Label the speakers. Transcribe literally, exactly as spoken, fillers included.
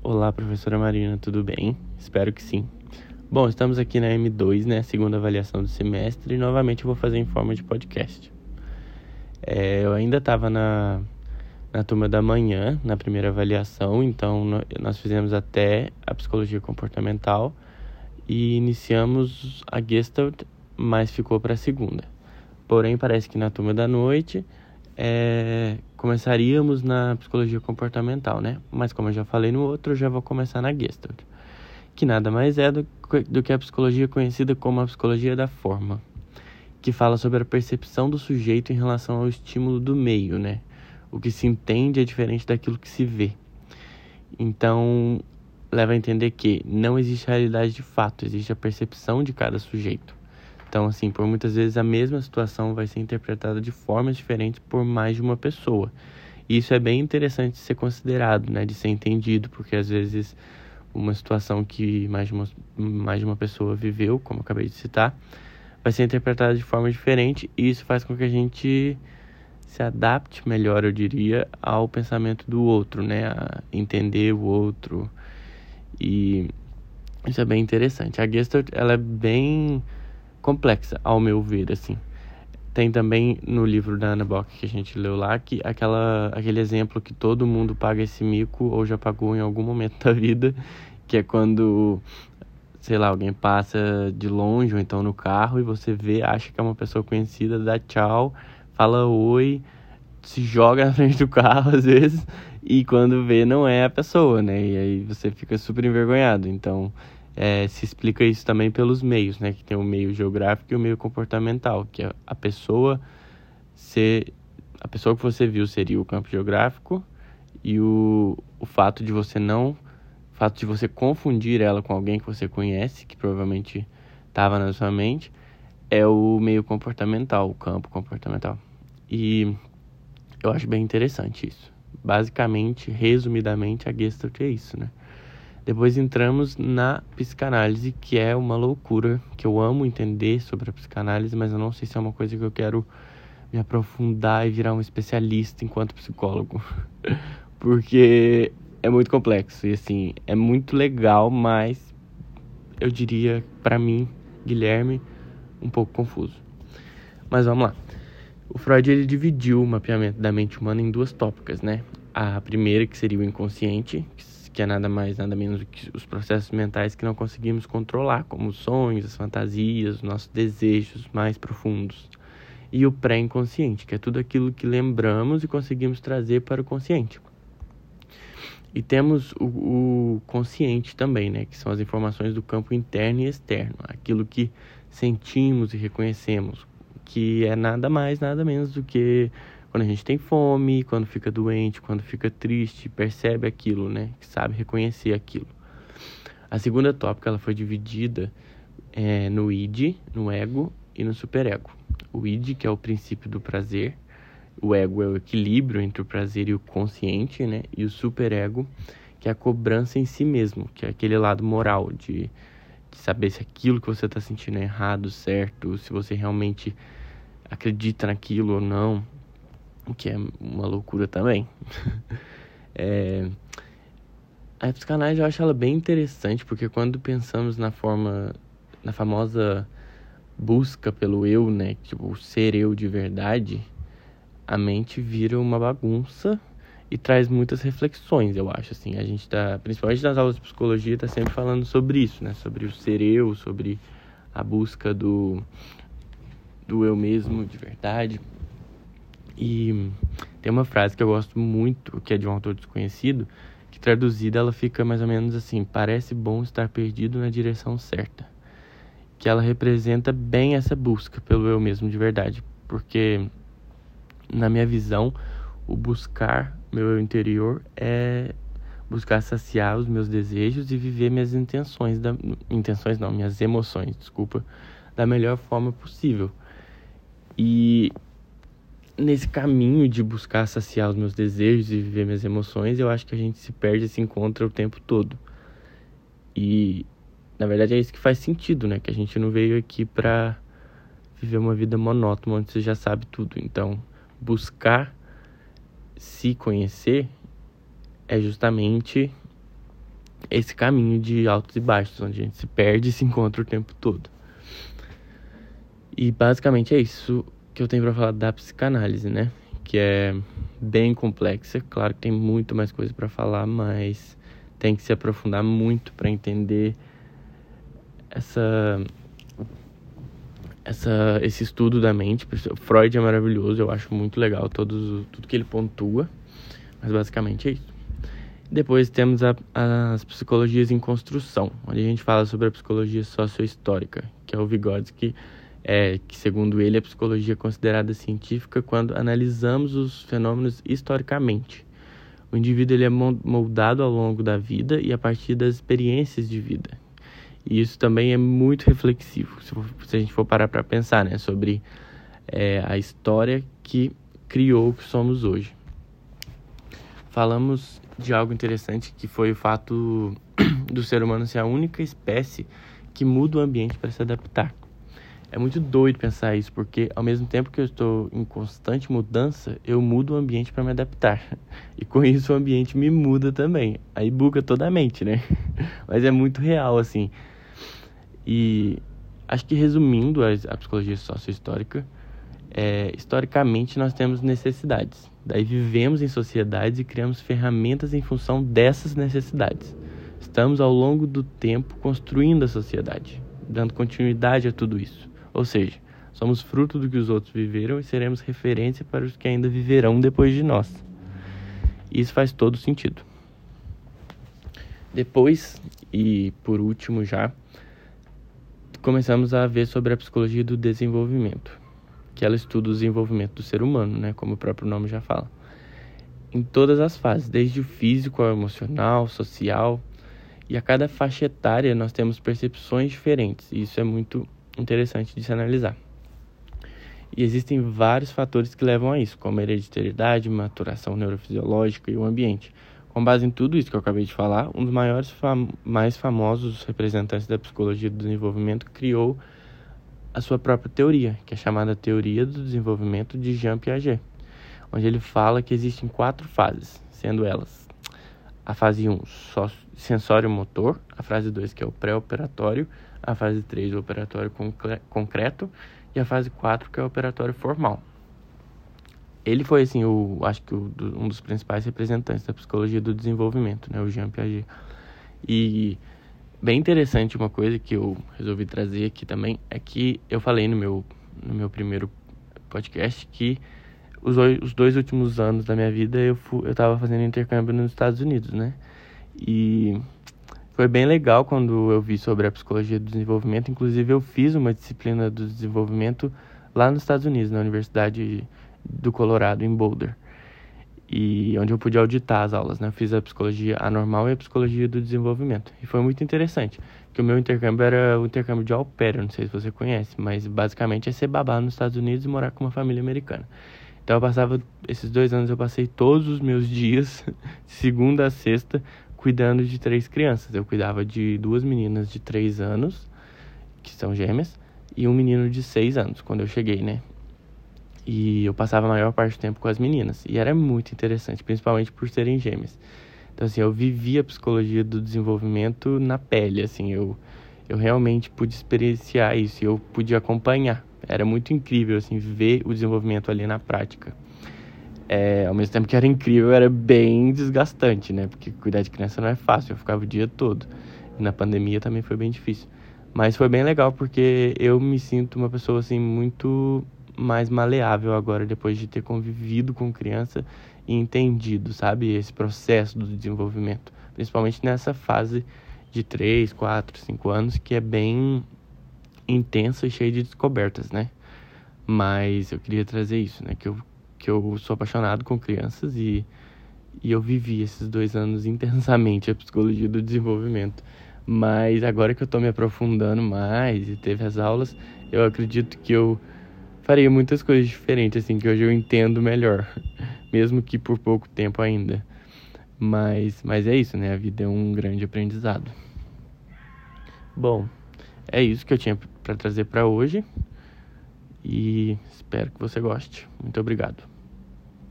Speaker 1: Olá, professora Marina, tudo bem? Espero que sim. Bom, estamos aqui na M dois, né, segunda avaliação do semestre, e novamente eu vou fazer em forma de podcast. É, eu ainda estava na, na turma da manhã, na primeira avaliação, então no, nós fizemos até a psicologia comportamental e iniciamos a Gestalt, mas ficou para a segunda. Porém, parece que na turma da noite é, começaríamos na psicologia comportamental, né? Mas como eu já falei no outro, eu já vou começar na Gestalt, que nada mais é do, do que a psicologia conhecida como a psicologia da forma, que fala sobre a percepção do sujeito em relação ao estímulo do meio, né? O que se entende é diferente daquilo que se vê. Então, leva a entender que não existe realidade de fato, existe a percepção de cada sujeito. Então, assim, por muitas vezes a mesma situação vai ser interpretada de formas diferentes por mais de uma pessoa. E isso é bem interessante de ser considerado, né? De ser entendido, porque às vezes uma situação que mais de uma, mais de uma pessoa viveu, como eu acabei de citar, vai ser interpretada de forma diferente, e isso faz com que a gente se adapte melhor, eu diria, ao pensamento do outro, né? A entender o outro. E isso é bem interessante. A Gestalt, ela é bem complexa, ao meu ver, assim. Tem também no livro da Ana Bock, que a gente leu lá, que aquela, aquele exemplo que todo mundo paga esse mico ou já pagou em algum momento da vida, que é quando, sei lá, alguém passa de longe ou então no carro e você vê, acha que é uma pessoa conhecida, dá tchau, fala oi, se joga na frente do carro às vezes, e quando vê não é a pessoa, né? E aí você fica super envergonhado. Então, É, se explica isso também pelos meios, né? Que tem o meio geográfico e o meio comportamental, que é a pessoa ser, a pessoa que você viu seria o campo geográfico, e o, o fato de você não, o fato de você confundir ela com alguém que você conhece, que provavelmente estava na sua mente, é o meio comportamental, o campo comportamental. E eu acho bem interessante isso. Basicamente, resumidamente, a Gestalt é isso, né? Depois entramos na psicanálise, que é uma loucura, que eu amo entender sobre a psicanálise, mas eu não sei se é uma coisa que eu quero me aprofundar e virar um especialista enquanto psicólogo. Porque é muito complexo e, assim, é muito legal, mas eu diria, para mim, Guilherme, um pouco confuso. Mas vamos lá. O Freud, ele dividiu o mapeamento da mente humana em duas tópicas, né? A primeira, que seria o inconsciente, que que é nada mais, nada menos do que os processos mentais que não conseguimos controlar, como os sonhos, as fantasias, os nossos desejos mais profundos. E o pré-inconsciente, que é tudo aquilo que lembramos e conseguimos trazer para o consciente. E temos o, o consciente também, né, que são as informações do campo interno e externo, aquilo que sentimos e reconhecemos, que é nada mais, nada menos do que quando a gente tem fome, quando fica doente, quando fica triste, percebe aquilo, né? Que sabe reconhecer aquilo. A segunda tópica, ela foi dividida é, no id, no ego e no superego. O id, que é o princípio do prazer. O ego é o equilíbrio entre o prazer e o consciente, né? E o superego, que é a cobrança em si mesmo, que é aquele lado moral de, de saber se aquilo que você está sentindo é errado, certo, se você realmente acredita naquilo ou não. O que é uma loucura também. é... A psicanálise eu acho ela bem interessante, porque quando pensamos na forma, na famosa busca pelo eu, né, tipo, o ser eu de verdade, a mente vira uma bagunça e traz muitas reflexões, eu acho, assim. A gente tá, principalmente nas aulas de psicologia, tá sempre falando sobre isso, né, sobre o ser eu, sobre a busca do, do eu mesmo de verdade. E tem uma frase que eu gosto muito, que é de um autor desconhecido, que traduzida ela fica mais ou menos assim: parece bom estar perdido na direção certa. Que ela representa bem essa busca pelo eu mesmo de verdade. Porque, na minha visão, o buscar meu eu interior é buscar saciar os meus desejos e viver minhas intenções, da, intenções não, minhas emoções, desculpa, da melhor forma possível. E nesse caminho de buscar saciar os meus desejos e viver minhas emoções, eu acho que a gente se perde e se encontra o tempo todo. E, na verdade, é isso que faz sentido, né? Que a gente não veio aqui pra viver uma vida monótona, onde você já sabe tudo. Então, buscar se conhecer é justamente esse caminho de altos e baixos, onde a gente se perde e se encontra o tempo todo. E basicamente é isso que eu tenho para falar da psicanálise, né? Que é bem complexa. Claro que tem muito mais coisa para falar, mas tem que se aprofundar muito para entender essa, essa, esse estudo da mente. Freud é maravilhoso, eu acho muito legal todos, tudo que ele pontua, mas basicamente é isso. Depois temos a, as psicologias em construção, onde a gente fala sobre a psicologia sociohistórica, que é o Vygotsky, é, que segundo ele, a psicologia é considerada científica quando analisamos os fenômenos historicamente. O indivíduo ele é moldado ao longo da vida e a partir das experiências de vida. E isso também é muito reflexivo, se, for, se a gente for parar para pensar, né, sobre é, a história que criou o que somos hoje. Falamos de algo interessante, que foi o fato do ser humano ser a única espécie que muda o ambiente para se adaptar. É muito doido pensar isso, porque ao mesmo tempo que eu estou em constante mudança, eu mudo o ambiente para me adaptar. E com isso o ambiente me muda também. Aí buga toda a mente, né? Mas é muito real, assim. E acho que resumindo a, a psicologia sociohistórica, é, historicamente nós temos necessidades. Daí vivemos em sociedades e criamos ferramentas em função dessas necessidades. Estamos ao longo do tempo construindo a sociedade, dando continuidade a tudo isso. Ou seja, somos fruto do que os outros viveram e seremos referência para os que ainda viverão depois de nós. Isso faz todo sentido. Depois, e por último já, começamos a ver sobre a psicologia do desenvolvimento, que ela estuda o desenvolvimento do ser humano, né, como o próprio nome já fala, em todas as fases, desde o físico ao emocional, social, e a cada faixa etária nós temos percepções diferentes, e isso é muito interessante de se analisar. E existem vários fatores que levam a isso, como a hereditariedade, maturação neurofisiológica e o ambiente. Com base em tudo isso que eu acabei de falar, um dos maiores fam- mais famosos representantes da psicologia do desenvolvimento criou a sua própria teoria, que é chamada Teoria do Desenvolvimento de Jean Piaget, onde ele fala que existem quatro fases, sendo elas a fase um, sensório-motor, a fase dois, que é o pré-operatório, a fase três, o operatório concre- concreto, e a fase quatro, que é o operatório formal. Ele foi, assim, o, acho que o, do, um dos principais representantes da psicologia do desenvolvimento, né, o Jean Piaget. E bem interessante uma coisa que eu resolvi trazer aqui também, é que eu falei no meu, no meu primeiro podcast que os, os dois últimos anos da minha vida eu, fu, eu tava fazendo intercâmbio nos Estados Unidos, né? E foi bem legal quando eu vi sobre a psicologia do desenvolvimento. Inclusive eu fiz uma disciplina do desenvolvimento lá nos Estados Unidos, na Universidade do Colorado, em Boulder, e onde eu pude auditar as aulas, né? Eu fiz a psicologia anormal e a psicologia do desenvolvimento, e foi muito interessante, que o meu intercâmbio era o intercâmbio de au pair, eu não sei se você conhece, mas basicamente é ser babá nos Estados Unidos e morar com uma família americana. Então eu passava, esses dois anos eu passei todos os meus dias, de segunda a sexta, cuidando de três crianças. Eu cuidava de duas meninas de três anos, que são gêmeas, e um menino de seis anos, quando eu cheguei, né? E eu passava a maior parte do tempo com as meninas. E era muito interessante, principalmente por serem gêmeas. Então, assim, eu vivia a psicologia do desenvolvimento na pele, assim. Eu, eu realmente pude experienciar isso e eu pude acompanhar. Era muito incrível, assim, ver o desenvolvimento ali na prática. É, ao mesmo tempo que era incrível, era bem desgastante, né? Porque cuidar de criança não é fácil, eu ficava o dia todo. E na pandemia também foi bem difícil. Mas foi bem legal, porque eu me sinto uma pessoa, assim, muito mais maleável agora, depois de ter convivido com criança e entendido, sabe, esse processo do desenvolvimento, principalmente nessa fase de três, quatro, cinco anos, que é bem intensa e cheia de descobertas, né? Mas eu queria trazer isso, né, que eu, que eu sou apaixonado com crianças e, e eu vivi esses dois anos intensamente a psicologia do desenvolvimento. Mas agora que eu tô me aprofundando mais e teve as aulas, eu acredito que eu faria muitas coisas diferentes, assim, que hoje eu entendo melhor, mesmo que por pouco tempo ainda. Mas, mas é isso, né? A vida é um grande aprendizado. Bom, é isso que eu tinha para trazer para hoje e espero que você goste. Muito obrigado.